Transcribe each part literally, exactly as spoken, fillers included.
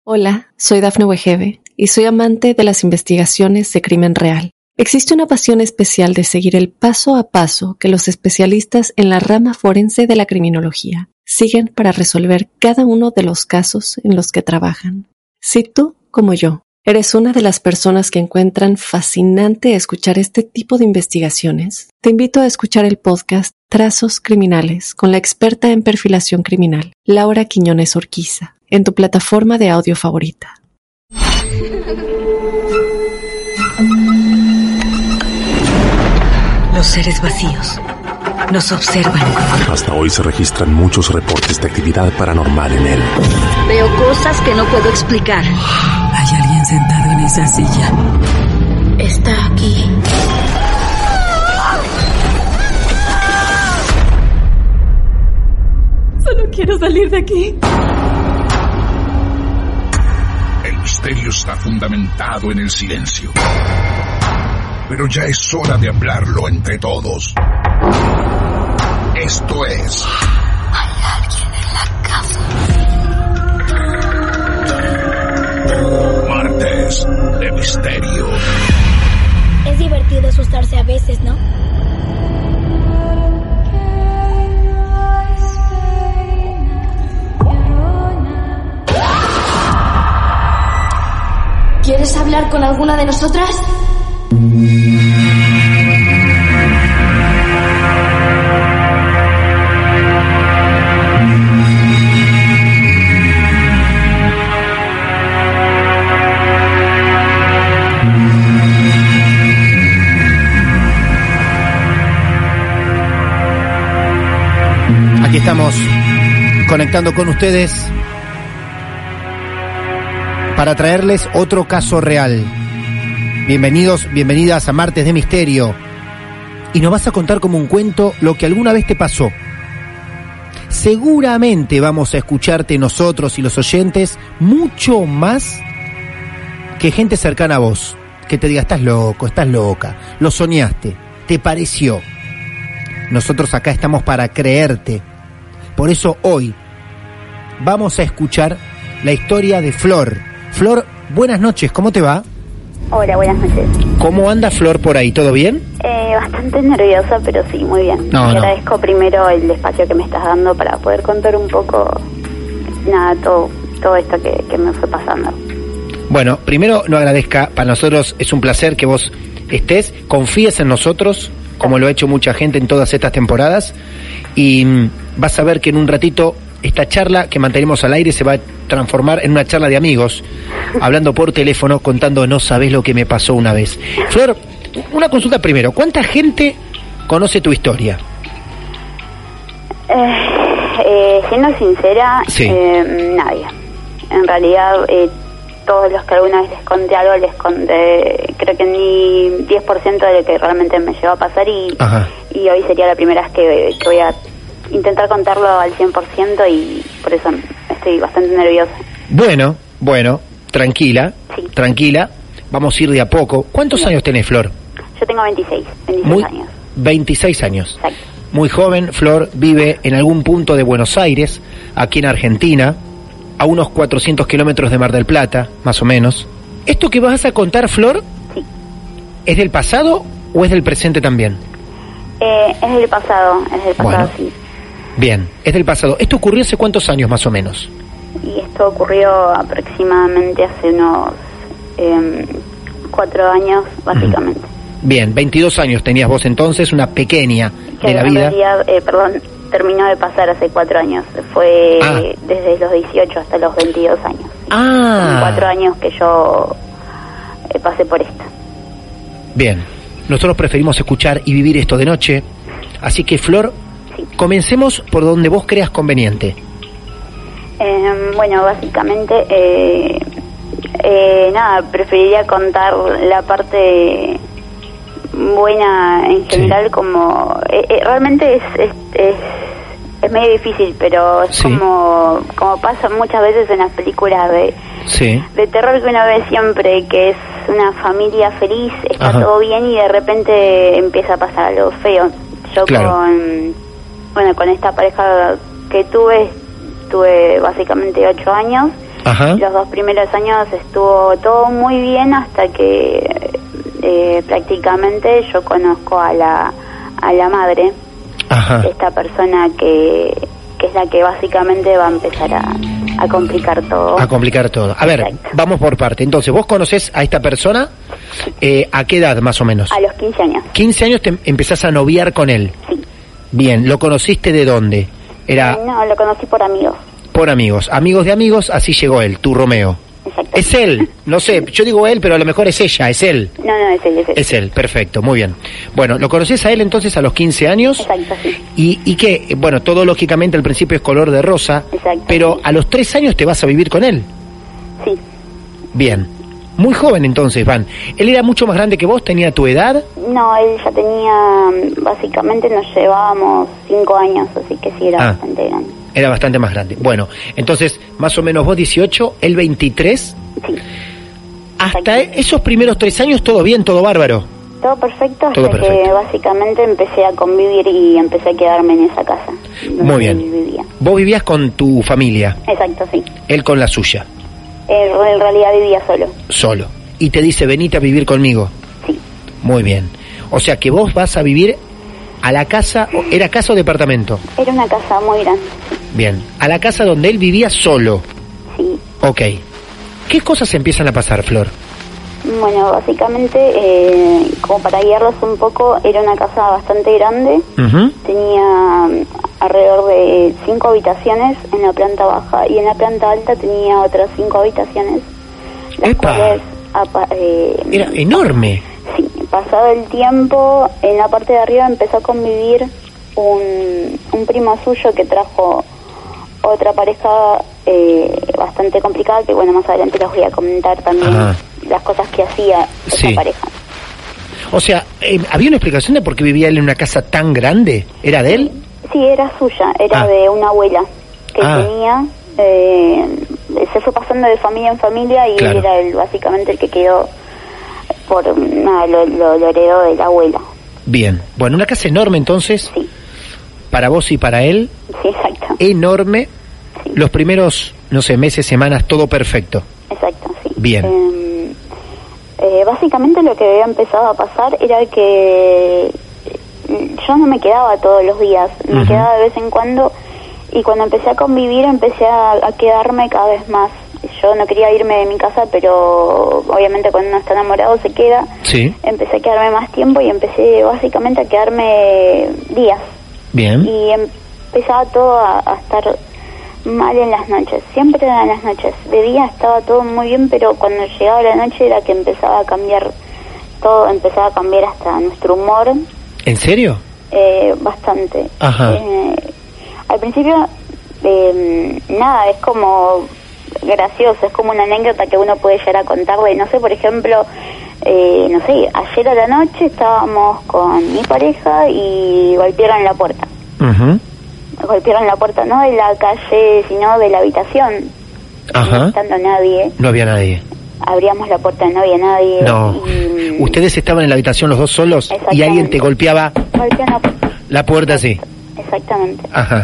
Hola, soy Dafne Wegebe y soy amante de las investigaciones de crimen real. Existe una pasión especial de seguir el paso a paso que los especialistas en la rama forense de la criminología siguen para resolver cada uno de los casos en los que trabajan. Si tú, como yo, eres una de las personas que encuentran fascinante escuchar este tipo de investigaciones, te invito a escuchar el podcast Trazos Criminales con la experta en perfilación criminal, Laura Quiñones Orquiza, en tu plataforma de audio favorita. Los seres vacíos nos observan. Hasta hoy se registran muchos reportes de actividad paranormal en él. Veo cosas que no puedo explicar. Hay alguien sentado en esa silla. Está aquí. Solo quiero salir de aquí. El misterio está fundamentado en el silencio. Pero ya es hora de hablarlo entre todos. Esto es... Hay alguien en la casa. Martes de Misterio. Es divertido asustarse a veces, ¿no? ¿Quieres hablar con alguna de nosotras? Aquí estamos conectando con ustedes para traerles otro caso real. Bienvenidos, bienvenidas a Martes de Misterio. Y nos vas a contar como un cuento lo que alguna vez te pasó. Seguramente vamos a escucharte nosotros y los oyentes mucho más que gente cercana a vos. Que te diga, estás loco, estás loca, lo soñaste, te pareció. Nosotros acá estamos para creerte. Por eso hoy vamos a escuchar la historia de Flor. Flor, buenas noches, ¿cómo te va? Hola, buenas noches. ¿Cómo anda Flor por ahí? ¿Todo bien? Eh, bastante nerviosa, pero sí, muy bien. No, Te no. agradezco primero el espacio que me estás dando para poder contar un poco, nada, todo, todo esto que, que me fue pasando. Bueno, primero no agradezca, para nosotros es un placer que vos estés, confíes en nosotros, como lo ha hecho mucha gente en todas estas temporadas, y mm, vas a ver que en un ratito esta charla que mantenemos al aire se va a transformar en una charla de amigos, hablando por teléfono, contando no sabés lo que me pasó una vez. Flor, una consulta primero, ¿cuánta gente conoce tu historia? Eh, eh, siendo sincera, Sí. eh, nadie. En realidad, eh, todos los que alguna vez les conté algo, les conté, creo que ni diez por ciento de lo que realmente me llegó a pasar, y, Ajá. y hoy sería la primera vez que, que voy a intentar contarlo al cien por ciento, y por eso estoy bastante nerviosa. Bueno, bueno, tranquila, Sí. tranquila, vamos a ir de a poco. ¿Cuántos Bien. años tenés, Flor? Yo tengo veintiséis, veintiséis Muy, años. veintiséis años. Exacto. Muy joven, Flor vive en algún punto de Buenos Aires, aquí en Argentina, a unos cuatrocientos kilómetros de Mar del Plata, más o menos. ¿Esto que vas a contar, Flor, Sí. es del pasado o es del presente también? Eh, es del pasado, es del pasado, Bueno. sí. Bien, es del pasado. ¿Esto ocurrió hace cuántos años, más o menos? Y esto ocurrió aproximadamente hace unos eh, cuatro años, básicamente. Bien, veintidós años tenías vos entonces, una pequeña Que de la en vida. realidad, eh, perdón, terminó de pasar hace cuatro años. Fue Ah. desde los dieciocho hasta los veintidós años. Ah. Son cuatro años que yo eh, pasé por esto. Bien, nosotros preferimos escuchar y vivir esto de noche. Así que, Flor, Sí. comencemos por donde vos creas conveniente. Eh, bueno, básicamente, eh, eh, nada, preferiría contar la parte buena en general, Sí. como... Eh, eh, realmente es, es, es, es medio difícil, pero es Sí. como, como pasa muchas veces en las películas de, Sí. de terror que uno ve siempre, que es una familia feliz, está Ajá. todo bien y de repente empieza a pasar algo feo. Yo Claro. con, bueno, con esta pareja que tuve, tuve básicamente ocho años, Ajá. Los dos primeros años estuvo todo muy bien hasta que eh, prácticamente yo conozco a la a la madre. Ajá. Esta persona que, que es la que básicamente va a empezar a, a complicar todo. A complicar todo. A ver, Exacto. vamos por parte. Entonces, ¿vos conocés a esta persona? Eh, ¿A qué edad más o menos? A los quince años. quince años te empezás a noviar con él. Sí. Bien, ¿lo conociste de dónde? Era Eh, no, lo conocí por amigos. por amigos, amigos de amigos, así llegó él, tu Romeo. Exacto. Es él, no sé, yo digo él, pero a lo mejor es ella, es él. No, no, es él, es él. Es él, perfecto, muy bien. Bueno, ¿lo conoces a él entonces a los quince años? Exacto, sí. Y, y que, bueno, todo lógicamente al principio es color de rosa, Exacto. pero a los tres años te vas a vivir con él. Sí. Bien, muy joven entonces, Van. ¿Él era mucho más grande que vos, tenía tu edad? No, él ya tenía, básicamente nos llevábamos cinco años, así que sí era Ah. bastante grande. Era bastante más grande. Bueno, entonces, más o menos vos dieciocho, él veintitrés. Sí. Hasta esos primeros tres años todo bien, todo bárbaro. Todo perfecto hasta Todo perfecto. que básicamente empecé a convivir y empecé a quedarme en esa casa. donde Muy bien. él vivía. Vos vivías con tu familia, Exacto, sí. él con la suya, Él en realidad vivía solo. solo. Y te dice, venite a vivir conmigo. Sí. Muy bien. O sea que vos vas a vivir a la casa, ¿era casa o departamento? Era una casa muy grande. Bien. A la casa donde él vivía solo. Sí. Ok. ¿Qué cosas empiezan a pasar, Flor? Bueno, básicamente, eh, como para guiarlos un poco, era una casa bastante grande. Ujú. Tenía mm, alrededor de cinco habitaciones en la planta baja y en la planta alta tenía otras cinco habitaciones. Las ¡Epa! cuales, apa- eh, Era enorme. sí, pasado el tiempo, en la parte de arriba empezó a convivir un, un primo suyo que trajo otra pareja eh, bastante complicada, que bueno, más adelante les voy a comentar también Ajá. las cosas que hacía esa Sí. pareja. O sea, eh, ¿había una explicación de por qué vivía él en una casa tan grande? ¿Era de él? Sí, era suya, era Ah. de una abuela que Ah. tenía, eh, se fue pasando de familia en familia y Claro. él era el, básicamente el que quedó, por nada, lo, lo, lo heredó de la abuela. Bien. Bueno, una casa enorme entonces, Sí, para vos y para él, sí, exacto, enorme. Sí. Los primeros, no sé, meses, semanas, todo perfecto. exacto, sí. Bien. Eh, eh, básicamente lo que había empezado a pasar era que eh, yo no me quedaba todos los días, me Ujú. quedaba de vez en cuando y cuando empecé a convivir empecé a, a quedarme cada vez más. Yo no quería irme de mi casa, pero obviamente cuando uno está enamorado se queda. Sí. Empecé a quedarme más tiempo y empecé básicamente a quedarme días. Bien. Y empezaba todo a, a estar mal en las noches, siempre eran las noches. De día estaba todo muy bien, pero cuando llegaba la noche era que empezaba a cambiar todo, empezaba a cambiar hasta nuestro humor, ¿En serio? eh, bastante. Ajá. Eh, al principio, eh, nada, es como gracioso, es como una anécdota que uno puede llegar a contarle, no sé, por ejemplo, eh, no sé, ayer a la noche estábamos con mi pareja y golpearon la puerta. Ujú. Golpearon la puerta no de la calle, sino de la habitación. Ajá. No estando nadie, No había nadie. abríamos la puerta, no había nadie. No. Y, mm, Ustedes estaban en la habitación los dos solos y Exactamente. alguien te golpeaba golpearon la puerta. la puerta así. Exactamente. Ajá.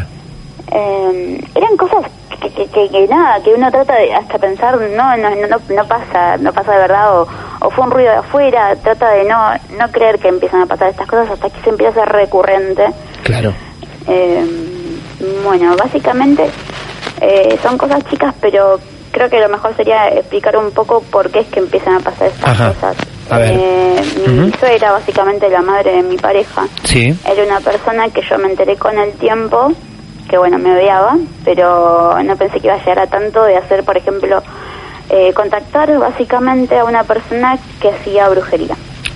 Eh, eran cosas que, que, que, que nada, que uno trata de hasta pensar, no, no, no, no, no pasa, no pasa de verdad, o, o fue un ruido de afuera, trata de no, no creer que empiezan a pasar estas cosas hasta que se empieza a ser recurrente. Claro. Eh, bueno, básicamente eh, son cosas chicas, pero creo que lo mejor sería explicar un poco por qué es que empiezan a pasar estas Ajá. cosas. A ver. Eh, mi Ujú. suegra, básicamente la madre de mi pareja, Sí. era una persona que yo me enteré con el tiempo, que bueno, me odiaba, pero no pensé que iba a llegar a tanto de hacer, por ejemplo, eh, contactar básicamente a una persona que hacía brujería.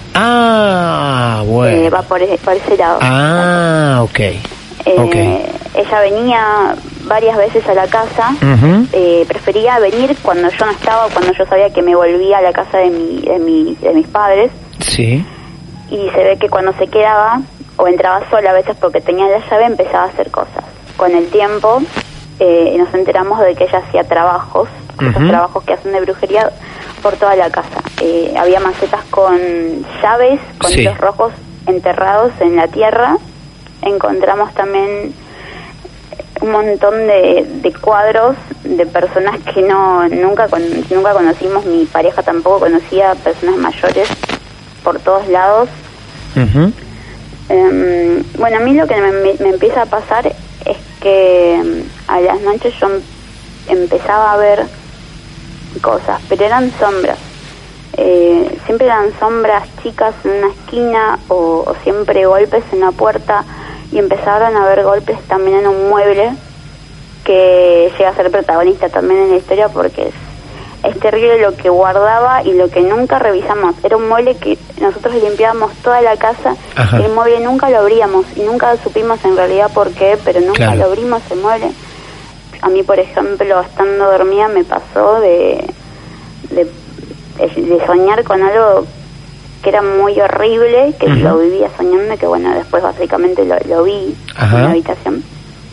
Ah, bueno. Eh, va por, e- por ese lado. Ah, ok. Eh, ok. Ella venía varias veces a la casa, Ujú. eh, prefería venir cuando yo no estaba, cuando yo sabía que me volvía a la casa de, mi, de, mi, de mis padres, Sí. y se ve que cuando se quedaba o entraba sola a veces porque tenía la llave, empezaba a hacer cosas. Con el tiempo eh, nos enteramos de que ella hacía trabajos, esos Ujú. trabajos que hacen de brujería por toda la casa. Eh, había macetas con llaves, con Sí. hilos rojos enterrados en la tierra. Encontramos también un montón de, de cuadros de personas que no nunca con, nunca conocimos, mi pareja tampoco conocía, personas mayores por todos lados. Uh-huh. Um, bueno, a mí lo que me, me empieza a pasar es que um, a las noches yo empezaba a ver cosas, pero eran sombras. Eh, siempre eran sombras chicas en una esquina o, o siempre golpes en la puerta, y empezaron a haber golpes también en un mueble que llega a ser protagonista también en la historia, porque es, es terrible lo que guardaba y lo que nunca revisamos. Era un mueble que nosotros limpiábamos toda la casa. Ajá. Y el mueble nunca lo abríamos y nunca supimos en realidad por qué, pero nunca claro. lo abrimos el mueble. A mí, por ejemplo, estando dormida me pasó de, de, de soñar con algo que era muy horrible, que uh-huh. lo vivía soñando, que bueno, después básicamente lo, lo vi Ajá. en la habitación.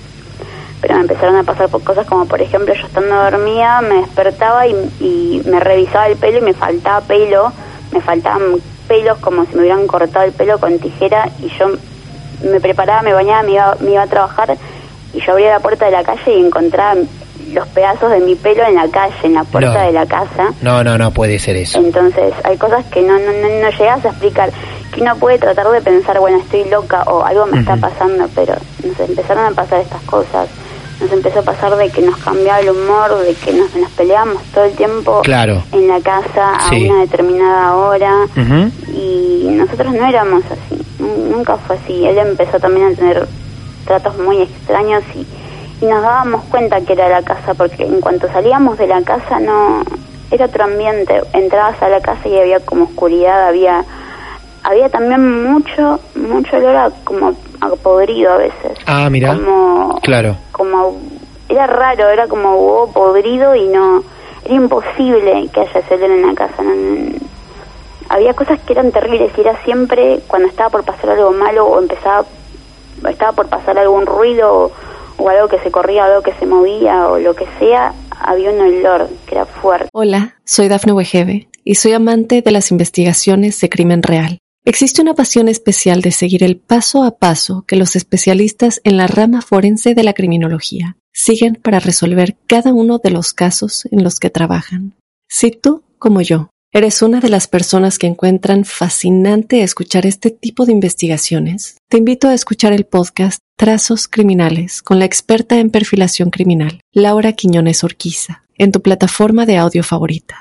Pero me empezaron a pasar por cosas como, por ejemplo, yo estando dormida me despertaba y, y me revisaba el pelo y me faltaba pelo, me faltaban pelos como si me hubieran cortado el pelo con tijera, y yo me preparaba, me bañaba, me iba, me iba a trabajar, y yo abría la puerta de la calle y encontraba los pedazos de mi pelo en la calle, en la puerta no. de la casa. No, no, no puede ser eso. Entonces, hay cosas que no, no, no, no llegas a explicar, que uno puede tratar de pensar, bueno, estoy loca o algo me uh-huh. está pasando, pero nos empezaron a pasar estas cosas. Nos empezó a pasar de que nos cambiaba el humor, de que nos, nos peleábamos todo el tiempo claro. en la casa a sí. una determinada hora. Uh-huh. Y nosotros no éramos así, nunca fue así. Él empezó también a tener tratos muy extraños y, y nos dábamos cuenta que era la casa, porque en cuanto salíamos de la casa no era otro ambiente. Entrabas a la casa y había como oscuridad, había había también mucho mucho olor a como a podrido a veces. Ah, mira. Como, claro. Como era raro, era como huevo podrido y no era imposible que haya ese olor en la casa. No, no, había cosas que eran terribles y era siempre cuando estaba por pasar algo malo o empezaba estaba por pasar algún ruido o, o algo que se corría, algo que se movía o lo que sea, había un olor que era fuerte. Hola, soy Dafne Wegebe y soy amante de las investigaciones de crimen real. Existe una pasión especial de seguir el paso a paso que los especialistas en la rama forense de la criminología siguen para resolver cada uno de los casos en los que trabajan. Si tú, como yo, eres una de las personas que encuentran fascinante escuchar este tipo de investigaciones, te invito a escuchar el podcast Trazos Criminales con la experta en perfilación criminal, Laura Quiñones Orquiza, en tu plataforma de audio favorita.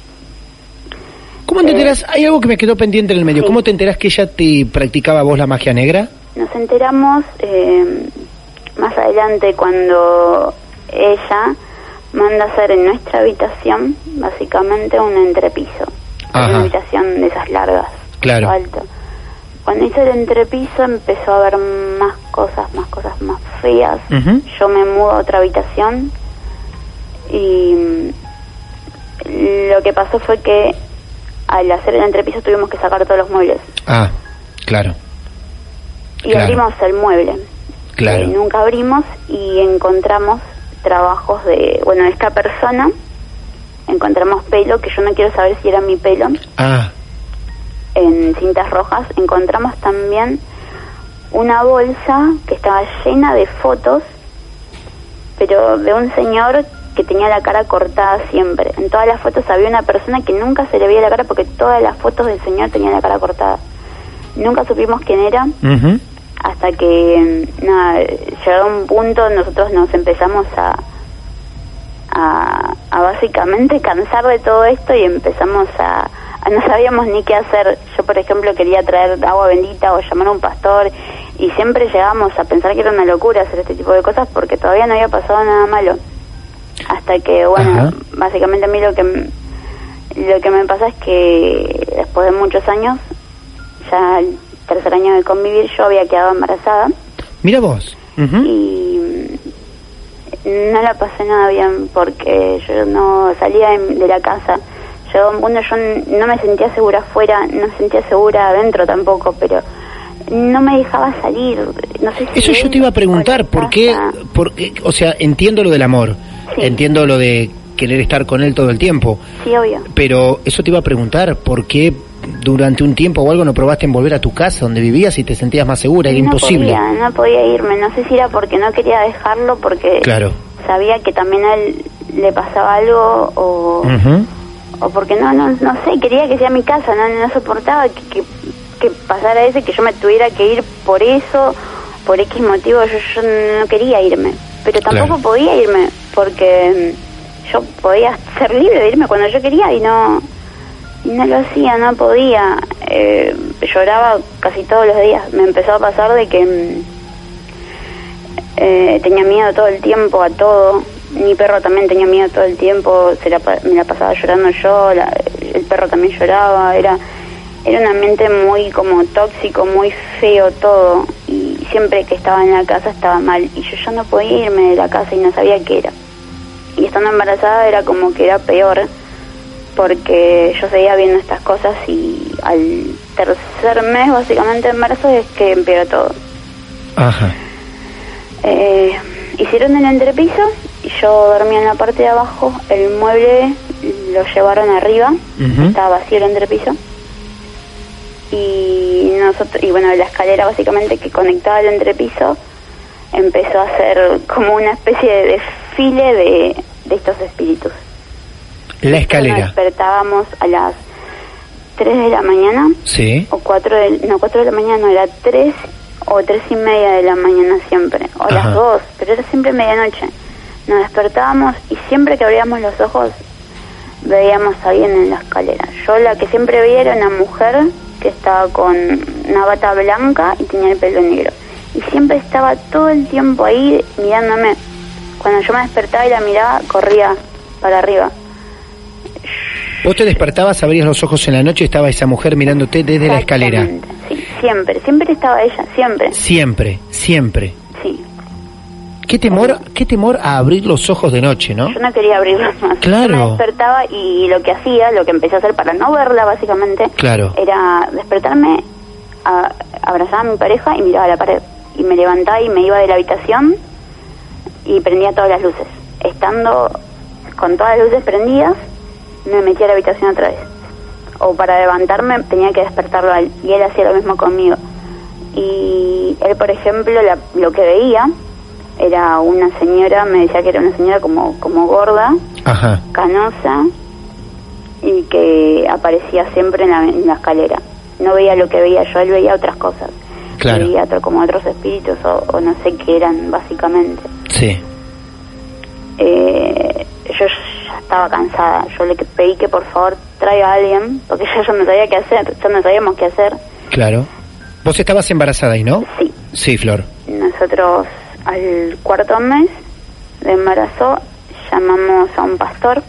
¿Cómo te enterás? Hay algo que me quedó pendiente en el medio. Sí. ¿Cómo te enterás que ella te practicaba vos la magia negra? Nos enteramos eh, más adelante cuando ella manda hacer en nuestra habitación básicamente un entrepiso. Ajá. Una habitación de esas largas, claro. alto. Cuando hizo el entrepiso empezó a haber más cosas, más cosas más feas. Uh-huh. Yo me mudo a otra habitación y lo que pasó fue que al hacer el entrepiso tuvimos que sacar todos los muebles. Ah, claro. Y claro. abrimos el mueble. Claro. Eh, nunca abrimos y encontramos trabajos de, bueno, de esta persona. Encontramos pelo, que yo no quiero saber si era mi pelo. Ah. En cintas rojas. Encontramos también una bolsa que estaba llena de fotos, pero de un señor que tenía la cara cortada siempre. En todas las fotos había una persona que nunca se le veía la cara porque todas las fotos del señor tenían la cara cortada. Nunca supimos quién era, uh-huh. hasta que nada, llegó un punto nosotros nos empezamos a, a a básicamente cansar de todo esto y empezamos a, a no sabíamos ni qué hacer. Yo, por ejemplo, quería traer agua bendita o llamar a un pastor y siempre llegábamos a pensar que era una locura hacer este tipo de cosas porque todavía no había pasado nada malo. Hasta que, bueno, Ajá. básicamente a mí lo que lo que me pasa es que después de muchos años, ya el tercer año de convivir, yo había quedado embarazada. Mira vos. Uh-huh. Y no la pasé nada bien porque yo no salía de la casa. Llegó un punto, yo no me sentía segura afuera, no me sentía segura adentro tampoco, pero no me dejaba salir. No sé si eso yo te iba a preguntar, ¿por qué? Por, o sea, entiendo lo del amor. Sí. Entiendo lo de querer estar con él todo el tiempo. Sí, obvio. Pero eso te iba a preguntar, ¿por qué durante un tiempo o algo no probaste en volver a tu casa donde vivías y te sentías más segura? Era no imposible. Podía, no podía irme, no sé si era porque no quería dejarlo, porque claro. sabía que también a él le pasaba algo o, Uh-huh. o porque no, no no sé, quería que sea mi casa, no, no soportaba que, que, que pasara eso, que yo me tuviera que ir por eso, por X motivo, yo, yo no quería irme, pero tampoco Claro. podía irme, porque yo podía ser libre de irme cuando yo quería y no, y no lo hacía, no podía, eh, lloraba casi todos los días, me empezó a pasar de que eh, tenía miedo todo el tiempo a todo. Mi perro también tenía miedo todo el tiempo, se la, me la pasaba llorando yo, la, el perro también lloraba, era era un ambiente muy como tóxico, muy feo todo, y siempre que estaba en la casa estaba mal, y yo ya no podía irme de la casa y no sabía qué era. Y estando embarazada era como que era peor, porque yo seguía viendo estas cosas y al tercer mes básicamente de embarazo es que empeoró todo. Ajá. Eh, hicieron el entrepiso y yo dormía en la parte de abajo, el mueble lo llevaron arriba, Uh-huh. estaba vacío el entrepiso y nosotros y bueno, la escalera básicamente que conectaba el entrepiso empezó a hacer como una especie de desfile de, de estos espíritus. La Nos escalera. despertábamos a las tres de la mañana Sí. o cuatro de, no, cuatro de la mañana, no, era tres o tres y media de la mañana siempre, o Ajá. las dos, pero era siempre medianoche. Nos despertábamos y siempre que abríamos los ojos veíamos a alguien en la escalera. Yo la que siempre veía era una mujer que estaba con una bata blanca y tenía el pelo negro. Y siempre estaba todo el tiempo ahí mirándome. Cuando yo me despertaba y la miraba, corría para arriba. Vos te despertabas, abrías los ojos en la noche y estaba esa mujer mirándote desde la escalera. Exactamente, sí, siempre, siempre estaba ella, siempre, Siempre, siempre. sí. Qué temor, qué temor a abrir los ojos de noche, ¿no? Yo no quería abrirlos más. Claro. Yo me despertaba y lo que hacía, lo que empecé a hacer para no verla básicamente, Claro. era despertarme, a, abrazaba a mi pareja y miraba a la pared. Y me levantaba y me iba de la habitación y prendía todas las luces. Estando con todas las luces prendidas, me metía a la habitación otra vez. O para levantarme tenía que despertarlo a él, y él hacía lo mismo conmigo. Y él, por ejemplo, la, lo que veía era una señora, me decía que era una señora como, como gorda, Ajá. canosa, y que aparecía siempre en la, en la escalera. No veía lo que veía yo, él veía otras cosas. Claro. Veía otro, como otros espíritus o, o no sé qué eran básicamente. Sí. Eh, yo ya estaba cansada, yo le pedí que por favor traiga a alguien, porque yo ya no sabía qué hacer, ya no sabíamos qué hacer. Claro. Vos estabas embarazada ahí, ¿no? Sí. Sí, Flor. Nosotros al cuarto mes de embarazo llamamos a un pastor,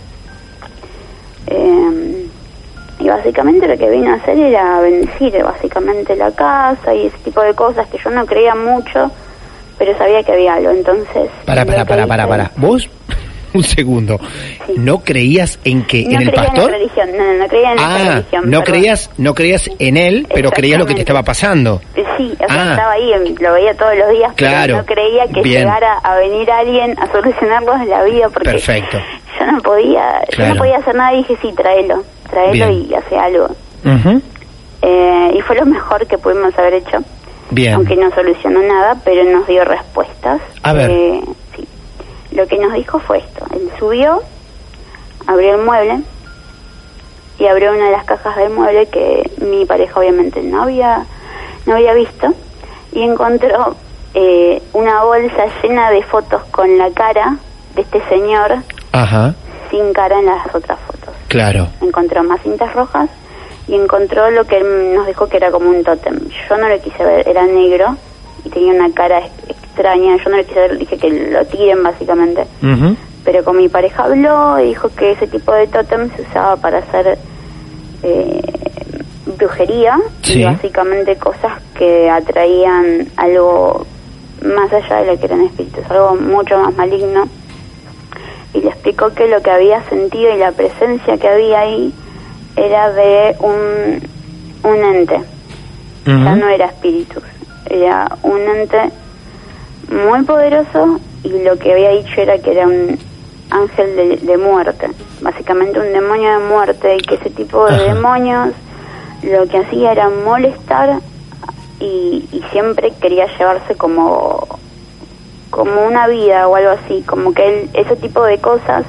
eh, y básicamente lo que vino a hacer era bendecir básicamente la casa y ese tipo de cosas que yo no creía mucho, pero sabía que había algo. Entonces Para, para, lo que para, para, hice- para. ¿Vos? Un segundo. Sí. ¿No creías en que no en el creía pastor? en la religión, no, no creía en esa Ah, religión, no perdón. creías, no creías en él, pero creías lo que te Exactamente. estaba pasando. Sí, o sea, Ah. estaba ahí, lo veía todos los días, Claro. pero no creía que Bien. llegara a venir alguien a solucionarlos la vida, porque Perfecto. yo no podía, yo Claro. no podía hacer nada y dije, sí, tráelo, tráelo Bien. y hace algo. Ujú. Eh, y fue lo mejor que pudimos haber hecho, Bien. aunque no solucionó nada, pero nos dio respuestas. A ver. Eh, sí. Lo que nos dijo fue esto, él subió, abrió el mueble y abrió una de las cajas del mueble que mi pareja obviamente no había, no había visto, y encontró eh, una bolsa llena de fotos con la cara de este señor Ajá. sin cara en las otras fotos. Claro. Encontró más cintas rojas y encontró lo que él nos dijo que era como un tótem. Yo no lo quise ver, era negro y tenía una cara ex- extraña. Yo no lo quise ver, dije que lo tiren básicamente. Ujú. Pero con mi pareja habló y dijo que ese tipo de tótem se usaba para hacer eh, brujería, Sí. y básicamente cosas que atraían algo más allá de lo que eran espíritus, algo mucho más maligno. Y le explicó que lo que había sentido y la presencia que había ahí era de un, un ente. Ya Ujú. no era espíritus, era un ente muy poderoso, y lo que había dicho era que era un ángel de, de muerte, básicamente un demonio de muerte, y que ese tipo de Ajá. demonios lo que hacía era molestar y, y siempre quería llevarse como como una vida o algo así, como que él, ese tipo de cosas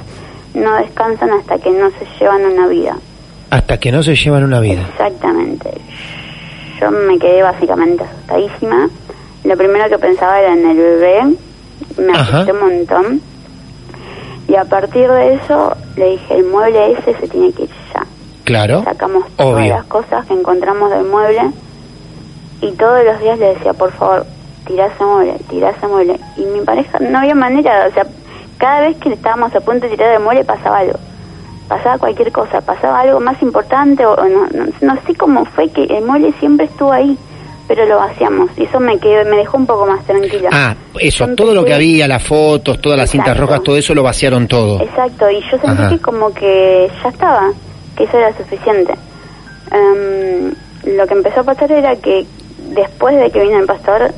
no descansan hasta que no se llevan una vida. Hasta que no se llevan una vida. Exactamente. Yo me quedé básicamente asustadísima. Lo primero que pensaba era en el bebé. Me asusté un montón. Y a partir de eso le dije, el mueble ese se tiene que ir ya. Claro. Sacamos obvio. todas las cosas que encontramos del mueble. Y todos los días le decía, por favor, tirá ese mueble, tirá ese mueble. Y mi pareja, no había manera, o sea, cada vez que estábamos a punto de tirar el mueble pasaba algo. Pasaba cualquier cosa, pasaba algo más importante, o no, no, no sé cómo fue que el mueble siempre estuvo ahí, pero lo vaciamos. Y eso me quedó, me dejó un poco más tranquila. Ah, eso, yo todo empecé... lo que había, las fotos, todas las Exacto. cintas rojas, todo eso lo vaciaron todo. Exacto, y yo sentí Ajá. que como que ya estaba, que eso era suficiente. Um, lo que empezó a pasar era que después de que vino el pastor,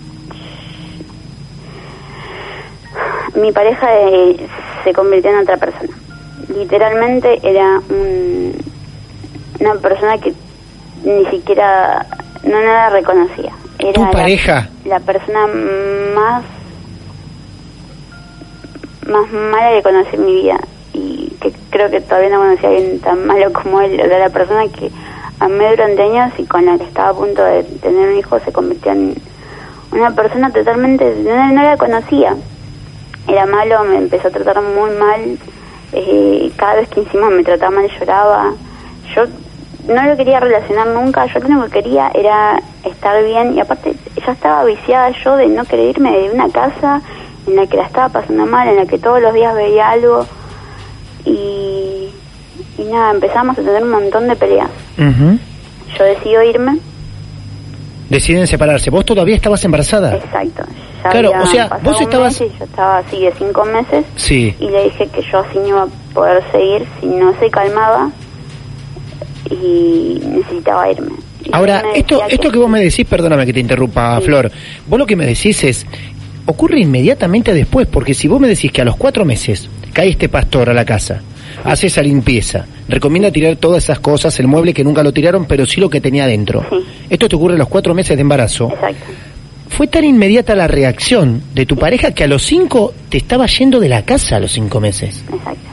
mi pareja eh, se convirtió en otra persona. Literalmente era un, una persona que ni siquiera, no la reconocía. Era ¿Tu la, pareja? La persona más más mala que conocí en mi vida, y que creo que todavía no conocí a alguien tan malo como él. O sea, la persona que amé durante años y con la que estaba a punto de tener un hijo se convirtió en una persona totalmente, no, no la conocía. Era malo, me empezó a tratar muy mal, eh, cada vez que encima me trataba mal lloraba. Yo no lo quería relacionar nunca, yo lo único que quería era estar bien, y aparte ya estaba viciada yo de no querer irme de una casa en la que la estaba pasando mal, en la que todos los días veía algo, y, y nada, empezamos a tener un montón de peleas. Uh-huh. Yo decido irme. Deciden separarse. ¿Vos todavía estabas embarazada? Exacto. Ya claro, había o sea, pasado vos un estabas... mes y yo estaba así de cinco meses. Sí. Y le dije que yo así no iba a poder seguir si no se calmaba y necesitaba irme. Y Ahora, esto que... esto que vos me decís, perdóname que te interrumpa, sí. Flor, vos lo que me decís es, ocurre inmediatamente después, porque si vos me decís que a los cuatro meses cae este pastor a la casa, hace esa limpieza, recomienda tirar todas esas cosas, el mueble que nunca lo tiraron, pero sí lo que tenía dentro. Sí. Esto te ocurre a los cuatro meses de embarazo. Exacto. Fue tan inmediata la reacción de tu pareja que a los cinco te estaba yendo de la casa a los cinco meses. Exacto.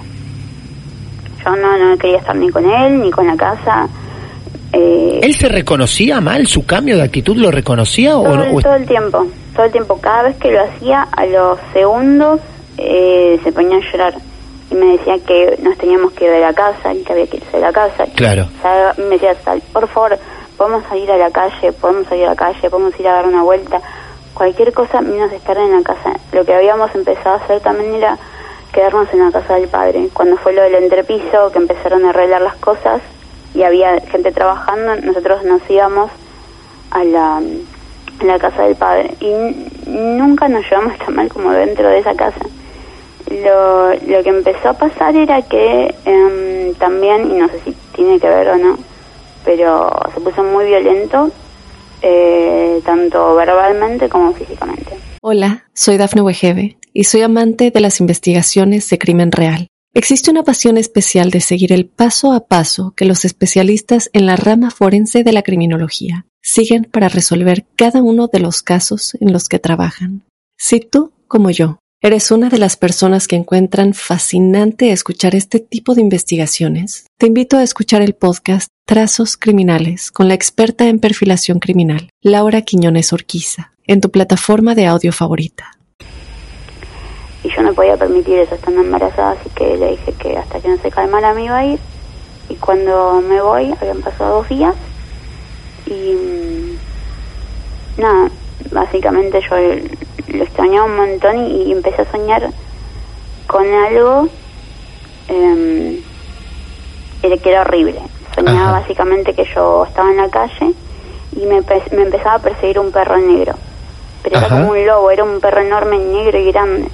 Yo no, no quería estar ni con él, ni con la casa. Eh, ¿Él se reconocía mal? ¿Su cambio de actitud lo reconocía? todo, o no? todo el tiempo, todo el tiempo. Cada vez que lo hacía, a los segundos eh, se ponía a llorar. Y me decía que nos teníamos que ir de la casa, que había que irse de la casa. Claro. O sea, me decía, por favor, podemos salir a la calle, podemos salir a la calle, podemos ir a dar una vuelta. Cualquier cosa menos estar en la casa. Lo que habíamos empezado a hacer también era quedarnos en la casa del padre. Cuando fue lo del entrepiso, que empezaron a arreglar las cosas y había gente trabajando, nosotros nos íbamos a la, a la casa del padre. Y n- nunca nos llevamos tan mal como dentro de esa casa. Lo, lo que empezó a pasar era que eh, también, y no sé si tiene que ver o no, pero se puso muy violento, eh, tanto verbalmente como físicamente. Hola, soy Dafne Wegebe y soy amante de las investigaciones de crimen real. Existe una pasión especial de seguir el paso a paso que los especialistas en la rama forense de la criminología siguen para resolver cada uno de los casos en los que trabajan. Si tú, como yo, ¿eres una de las personas que encuentran fascinante escuchar este tipo de investigaciones? Te invito a escuchar el podcast Trazos Criminales con la experta en perfilación criminal, Laura Quiñones Orquiza, en tu plataforma de audio favorita. Y yo no podía permitir eso estando embarazada, así que le dije que hasta que no se calmara me iba a ir. Y cuando me voy, habían pasado dos días y mmm, nada, básicamente yo lo extrañaba un montón y, y empecé a soñar con algo eh, que era horrible. Soñaba Ajá. básicamente que yo estaba en la calle y me, me empezaba a perseguir un perro negro, pero Ajá. era como un lobo, era un perro enorme, negro y grande,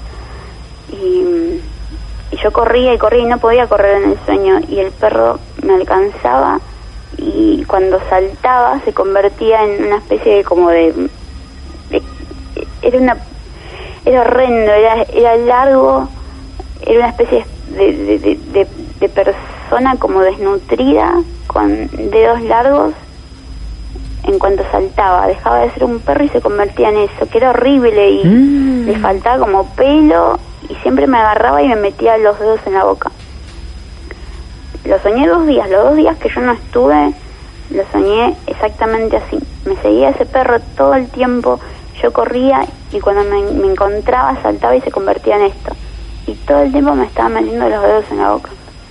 y, y yo corría y corría y no podía correr en el sueño, y el perro me alcanzaba y cuando saltaba se convertía en una especie de como de, de era una era horrendo, era, era largo, era una especie de, de, de, de, de persona como desnutrida, con dedos largos. En cuanto saltaba, dejaba de ser un perro y se convertía en eso, que era horrible, y mm. le faltaba como pelo y siempre me agarraba y me metía los dedos en la boca. Lo soñé dos días, los dos días que yo no estuve, lo soñé exactamente así. Me seguía ese perro todo el tiempo, yo corría y cuando me, me encontraba saltaba y se convertía en esto. Y todo el tiempo me estaba metiendo los dedos en la boca.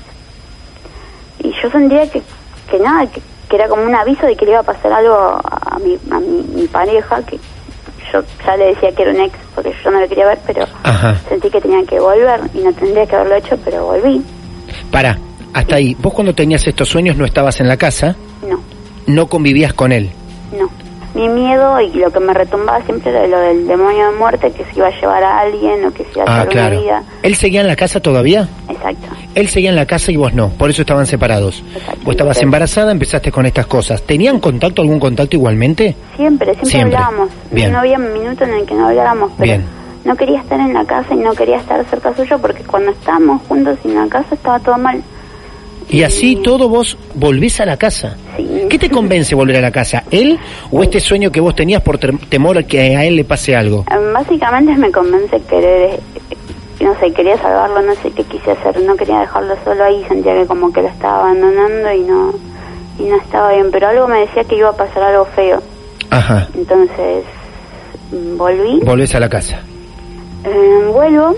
Y yo sentía que, que nada, que, que era como un aviso de que le iba a pasar algo a, a, mi, a mi, mi pareja, que yo ya le decía que era un ex porque yo no lo quería ver, pero Ajá. sentí que tenía que volver y no tendría que haberlo hecho, pero volví. Para, hasta ahí, vos cuando tenías estos sueños no estabas en la casa, no, no convivías con él. No, mi miedo y lo que me retumbaba siempre era lo del demonio de muerte, que se iba a llevar a alguien o que se iba a ah, hacer claro. una vida. ¿Él seguía en la casa todavía? Exacto. Él seguía en la casa y vos no, por eso estaban separados. Exacto. Vos estabas Entonces, embarazada, empezaste con estas cosas. ¿Tenían contacto, algún contacto igualmente? Siempre, siempre, siempre. hablábamos. Bien. No había un minuto en el que no habláramos, pero Bien. no quería estar en la casa y no quería estar cerca suyo porque cuando estábamos juntos en la casa estaba todo mal. Y así todo vos volvés a la casa. Sí. ¿Qué te convence volver a la casa? ¿Él o este sueño que vos tenías por temor a que a él le pase algo? Básicamente me convence querer, no sé, quería salvarlo, no sé qué quise hacer, no quería dejarlo solo ahí, sentía que como que lo estaba abandonando y no y no estaba bien, pero algo me decía que iba a pasar algo feo. Ajá. Entonces volví. Volvés a la casa. Eh, vuelvo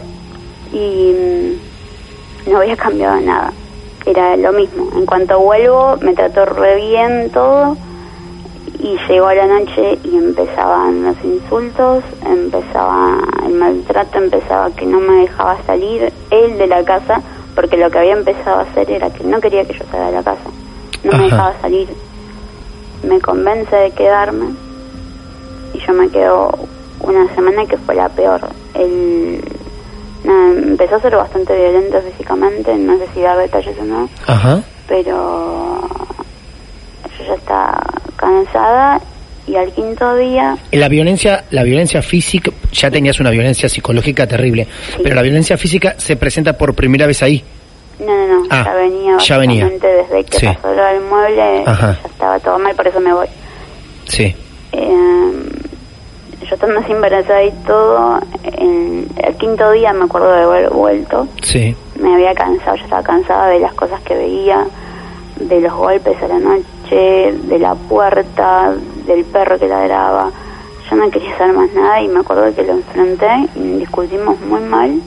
y no había cambiado nada. Era lo mismo. En cuanto vuelvo, me trató re bien todo y llegó la noche y empezaban los insultos, empezaba el maltrato, empezaba que no me dejaba salir él de la casa, porque lo que había empezado a hacer era que no quería que yo salga de la casa. No Ajá. me dejaba salir. Me convence de quedarme y yo me quedo una semana que fue la peor. Él nada, empezó a ser bastante violento físicamente, no sé si dar detalles o no. Ajá. Pero yo ya estaba cansada y al quinto día... La violencia, la violencia física, ya tenías una violencia psicológica terrible, sí. Pero la violencia física se presenta por primera vez ahí. No, no, no, ah, ya venía ya venía. desde que sí. pasó lo del mueble, Ajá. ya estaba todo mal, por eso me voy. Sí. Eh, yo estando así embarazada y todo, en el quinto día me acuerdo de haber vuelto. Sí. Me había cansado, yo estaba cansada de las cosas que veía, de los golpes a la noche, de la puerta, del perro que ladraba. Yo no quería hacer más nada y me acuerdo que lo enfrenté y discutimos muy mal.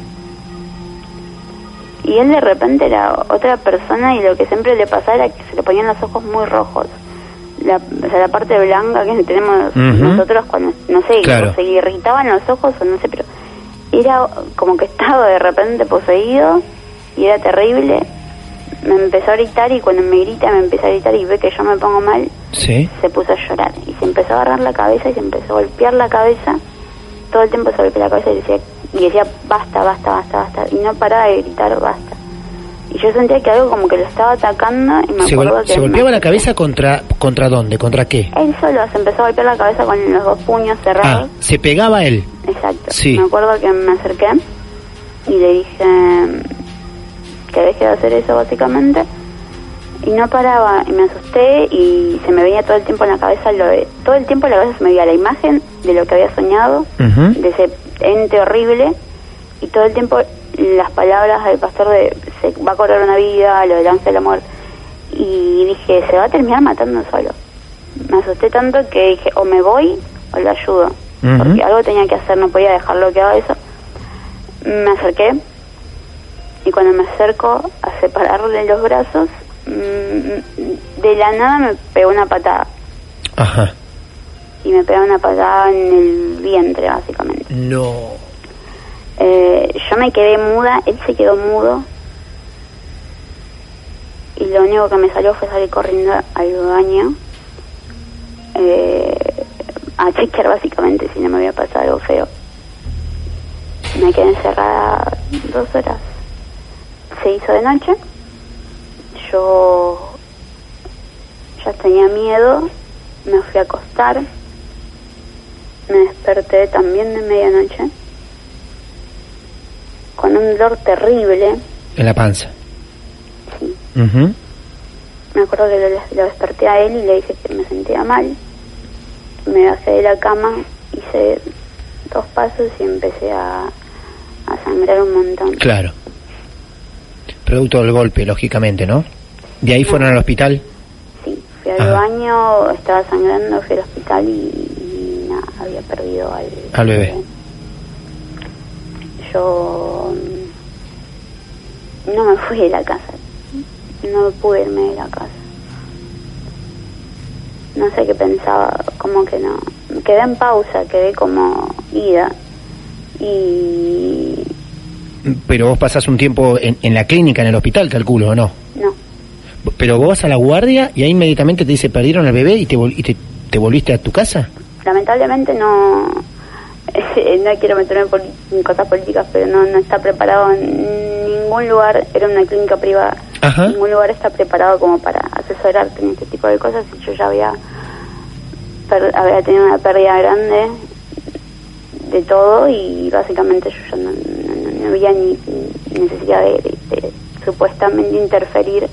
Y él de repente era otra persona y lo que siempre le pasaba era que se le ponían los ojos muy rojos. La, o sea, la parte blanca que tenemos uh-huh. nosotros cuando, no sé, claro. se le irritaban los ojos o no sé, pero era como que estaba de repente poseído y era terrible. Me empezó a gritar y cuando me grita me empezó a gritar y ve que yo me pongo mal, ¿sí? Se puso a llorar y se empezó a agarrar la cabeza y se empezó a golpear la cabeza. Todo el tiempo se golpeó la cabeza y decía, y decía basta, basta, basta, basta, y no paraba de gritar basta. Y yo sentía que algo como que lo estaba atacando y me se acuerdo gol- que... ¿Se golpeaba la cabeza contra contra dónde? ¿Contra qué? Él solo se empezó a golpear la cabeza con los dos puños cerrados. Ah, ¿se pegaba él? Exacto. Sí. Me acuerdo que me acerqué y le dije que deje de hacer eso básicamente y no paraba y me asusté y se me venía todo el tiempo en la cabeza lo de, todo el tiempo en la cabeza se me veía la imagen de lo que había soñado, uh-huh. de ese ente horrible y todo el tiempo las palabras del pastor de se va a correr una vida, lo del ángel de la muerte, y dije se va a terminar matando solo. Me asusté tanto que dije o me voy o lo ayudo, uh-huh. porque algo tenía que hacer, no podía dejarlo que haga eso. Me acerqué y cuando me acerco a separarle los brazos, de la nada me pegó una patada. Ajá. Y me pegó una patada en el vientre básicamente. No. Eh, yo me quedé muda, él se quedó mudo y lo único que me salió fue salir corriendo al baño eh, a chequear básicamente si no me había pasado algo feo. Me quedé encerrada dos horas. Se hizo de noche. Yo ya tenía miedo. Me fui a acostar. Me desperté también de medianoche con un dolor terrible. En la panza. Sí. Uh-huh. Me acuerdo que lo, lo desperté a él y le dije que me sentía mal. Me bajé de la cama, hice dos pasos y empecé a, a sangrar un montón. Claro. Producto del golpe, lógicamente, ¿no? ¿De ahí fueron al hospital? Sí, fui al Ajá. baño, estaba sangrando, fui al hospital y, y nada, había perdido al, Al bebé. Yo no me fui de la casa, no pude irme de la casa. No sé qué pensaba, como que no. Quedé en pausa, quedé como ida. Y... Pero vos pasás un tiempo en, en la clínica, en el hospital, calculo, ¿o no? No. Pero vos vas a la guardia y ahí inmediatamente te dice perdieron al bebé y te, vol- y te, te volviste a tu casa. Lamentablemente no... no quiero meterme en, poli- en cosas políticas, pero no, no está preparado en ningún lugar. Era una clínica privada. Ajá. Ningún lugar está preparado como para asesorarte en este tipo de cosas. Y yo ya había, per- había tenido una pérdida grande de todo y básicamente yo ya no, no, no había ni necesidad de, de, de supuestamente interferir.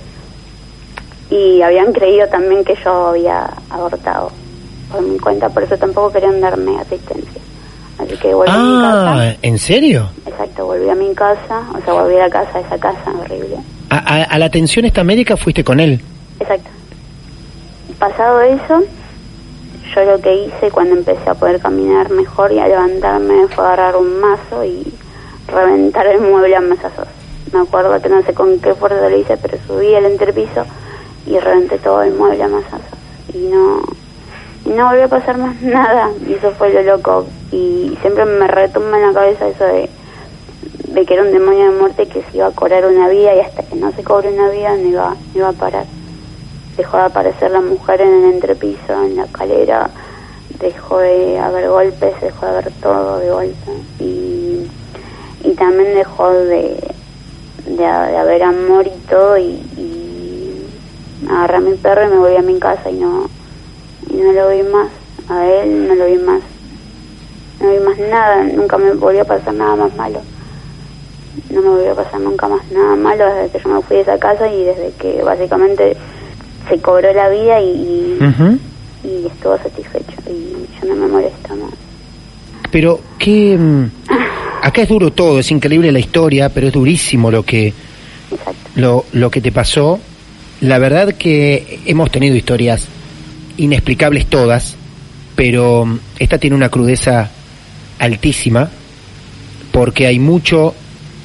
Y habían creído también que yo había abortado por mi cuenta, por eso tampoco querían darme asistencia. Así que volví ah, a mi casa. ¿En serio? Exacto, volví a mi casa, o sea, volví a la casa, esa casa horrible. A, a, a la atención esta médica fuiste con él. Exacto. Pasado eso, yo lo que hice cuando empecé a poder caminar mejor y a levantarme fue agarrar un mazo y reventar el mueble a mazazos. Me acuerdo que no sé con qué fuerza lo hice, pero subí al entrepiso y reventé todo el mueble a mazazos. Y no... Y no volvió a pasar más nada, y eso fue lo loco. Y siempre me retumba en la cabeza eso de, de que era un demonio de muerte que se iba a cobrar una vida, y hasta que no se cobre una vida no iba, no iba a parar. Dejó de aparecer la mujer en el entrepiso, en la escalera, dejó de haber golpes, dejó de haber todo de golpe. Y, y también dejó de, de, de haber amor y todo, y, y agarré a mi perro y me volví a mi casa y no... Y no lo vi más, a él no lo vi más, no vi más nada, nunca me volvió a pasar nada más malo, no me volvió a pasar nunca más nada malo desde que yo me fui de esa casa y desde que básicamente se cobró la vida y, y, uh-huh. y estuvo satisfecho y yo no me molesta más. Pero qué... Acá es duro todo, es increíble la historia, pero es durísimo lo que, lo, lo que te pasó. La verdad que hemos tenido historias inexplicables todas, pero esta tiene una crudeza altísima porque hay mucho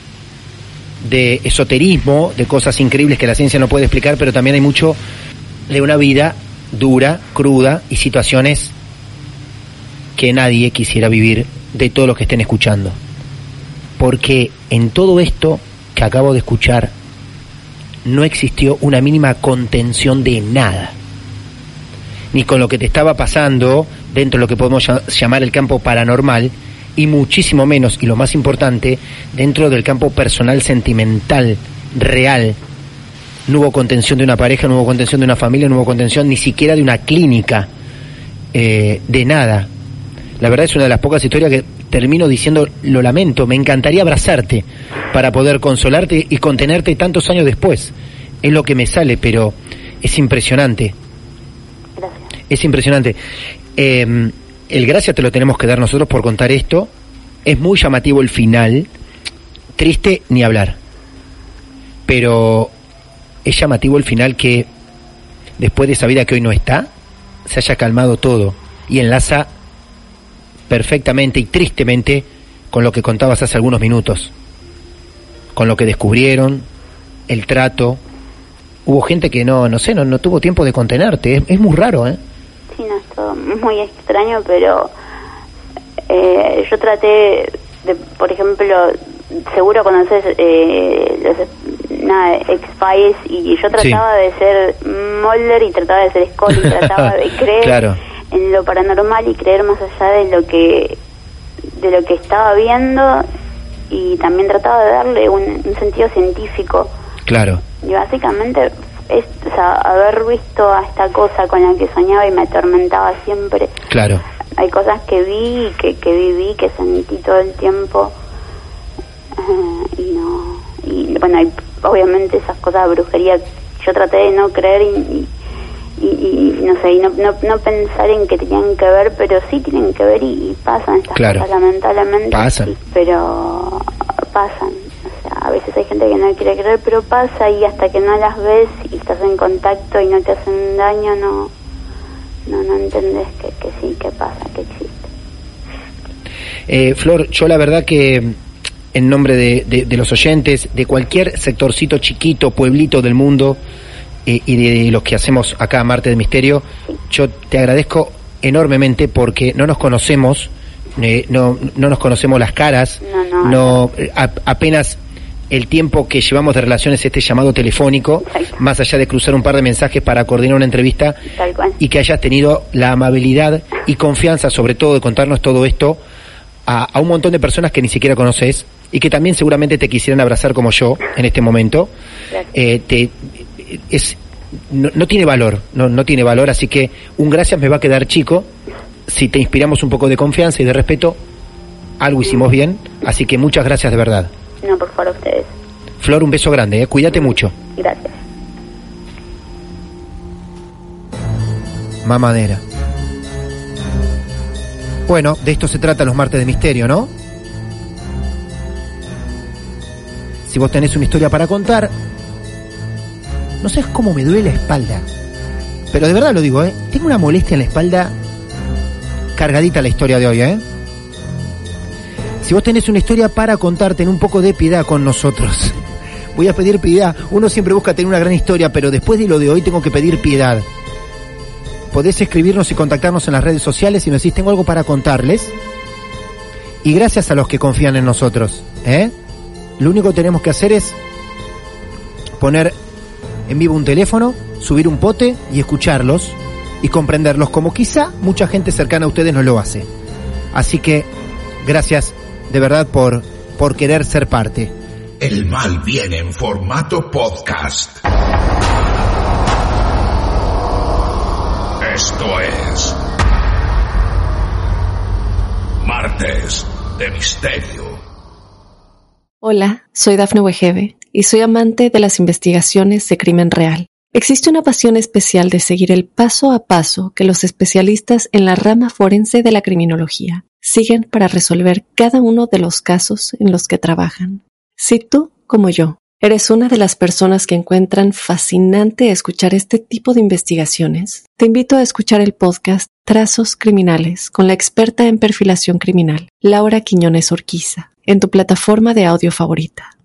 de esoterismo, de cosas increíbles que la ciencia no puede explicar, pero también hay mucho de una vida dura, cruda y situaciones que nadie quisiera vivir de todos los que estén escuchando, porque en todo esto que acabo de escuchar no existió una mínima contención de nada, ni con lo que te estaba pasando dentro de lo que podemos llamar el campo paranormal, y muchísimo menos, y lo más importante, dentro del campo personal, sentimental, real. No hubo contención de una pareja, no hubo contención de una familia, no hubo contención ni siquiera de una clínica, eh, de nada. La verdad es una de las pocas historias que termino diciendo, lo lamento, me encantaría abrazarte para poder consolarte y contenerte tantos años después. Es lo que me sale, pero es impresionante. Es impresionante. Eh, el gracias te lo tenemos que dar nosotros por contar esto. Es muy llamativo el final. Triste ni hablar. Pero es llamativo el final, que después de esa vida que hoy no está, se haya calmado todo. Y enlaza perfectamente y tristemente con lo que contabas hace algunos minutos. Con lo que descubrieron, el trato. Hubo gente que no, no sé, no, no tuvo tiempo de contenerte. Es, es muy raro, ¿eh? Sí, no, es todo muy extraño, pero eh, yo traté de, por ejemplo, seguro conoces eh, los nada, X-Files, y yo trataba sí. de ser Mulder y trataba de ser Scully, trataba de creer claro. en lo paranormal y creer más allá de lo que de lo que estaba viendo, y también trataba de darle un, un sentido científico. Claro. Y básicamente es, o sea, haber visto a esta cosa con la que soñaba y me atormentaba siempre. Claro. Hay cosas que vi y que, que viví, que sentí todo el tiempo, uh, y no, y bueno, hay, obviamente esas cosas de brujería, yo traté de no creer y, y, y, y no sé, y no, no, no pensar en que tenían que ver, pero sí tienen que ver y, y pasan estas claro. cosas, lamentablemente. Pasan. Sí, pero pasan. O sea, a veces hay gente que no quiere creer, pero pasa, y hasta que no las ves y estás en contacto y no te hacen daño, no no, no entendés que, que sí, que pasa, que existe. Eh, Flor, yo la verdad que en nombre de, de, de los oyentes, de cualquier sectorcito chiquito, pueblito del mundo, eh, y de los que hacemos acá Martes de Misterio, sí. Yo te agradezco enormemente porque no nos conocemos, eh, no, no nos conocemos las caras, no, no, no a, apenas el tiempo que llevamos de relaciones este llamado telefónico, exacto, más allá de cruzar un par de mensajes para coordinar una entrevista, tal cual, y que hayas tenido la amabilidad y confianza, sobre todo, de contarnos todo esto a, a un montón de personas que ni siquiera conoces y que también seguramente te quisieran abrazar como yo en este momento. Eh, te, es no, no tiene valor, no, no tiene valor, así que un gracias me va a quedar chico. Si te inspiramos un poco de confianza y de respeto, algo hicimos bien, así que muchas gracias de verdad. No, por favor, ustedes. Flor, un beso grande, ¿eh? Cuídate mucho. Gracias. Mamadera. Bueno, de esto se trata los Martes de Misterio, ¿no? Si vos tenés una historia para contar, no sé cómo me duele la espalda, pero de verdad lo digo, ¿eh? Tengo una molestia en la espalda cargadita la historia de hoy, ¿eh? Si vos tenés una historia para contar, ten un poco de piedad con nosotros. Voy a pedir piedad. Uno siempre busca tener una gran historia, pero después de lo de hoy tengo que pedir piedad. Podés escribirnos y contactarnos en las redes sociales y nos decís, tengo algo para contarles. Y gracias a los que confían en nosotros, ¿eh? Lo único que tenemos que hacer es poner en vivo un teléfono, subir un pote y escucharlos y comprenderlos, como quizá mucha gente cercana a ustedes no lo hace. Así que gracias de verdad por, por querer ser parte. El mal viene en formato podcast. Esto es Martes de Misterio. Hola, soy Dafne Wegebe y soy amante de las investigaciones de crimen real. Existe una pasión especial de seguir el paso a paso que los especialistas en la rama forense de la criminología siguen para resolver cada uno de los casos en los que trabajan. Si tú, como yo, eres una de las personas que encuentran fascinante escuchar este tipo de investigaciones, te invito a escuchar el podcast Trazos Criminales con la experta en perfilación criminal, Laura Quiñones Orquiza, en tu plataforma de audio favorita.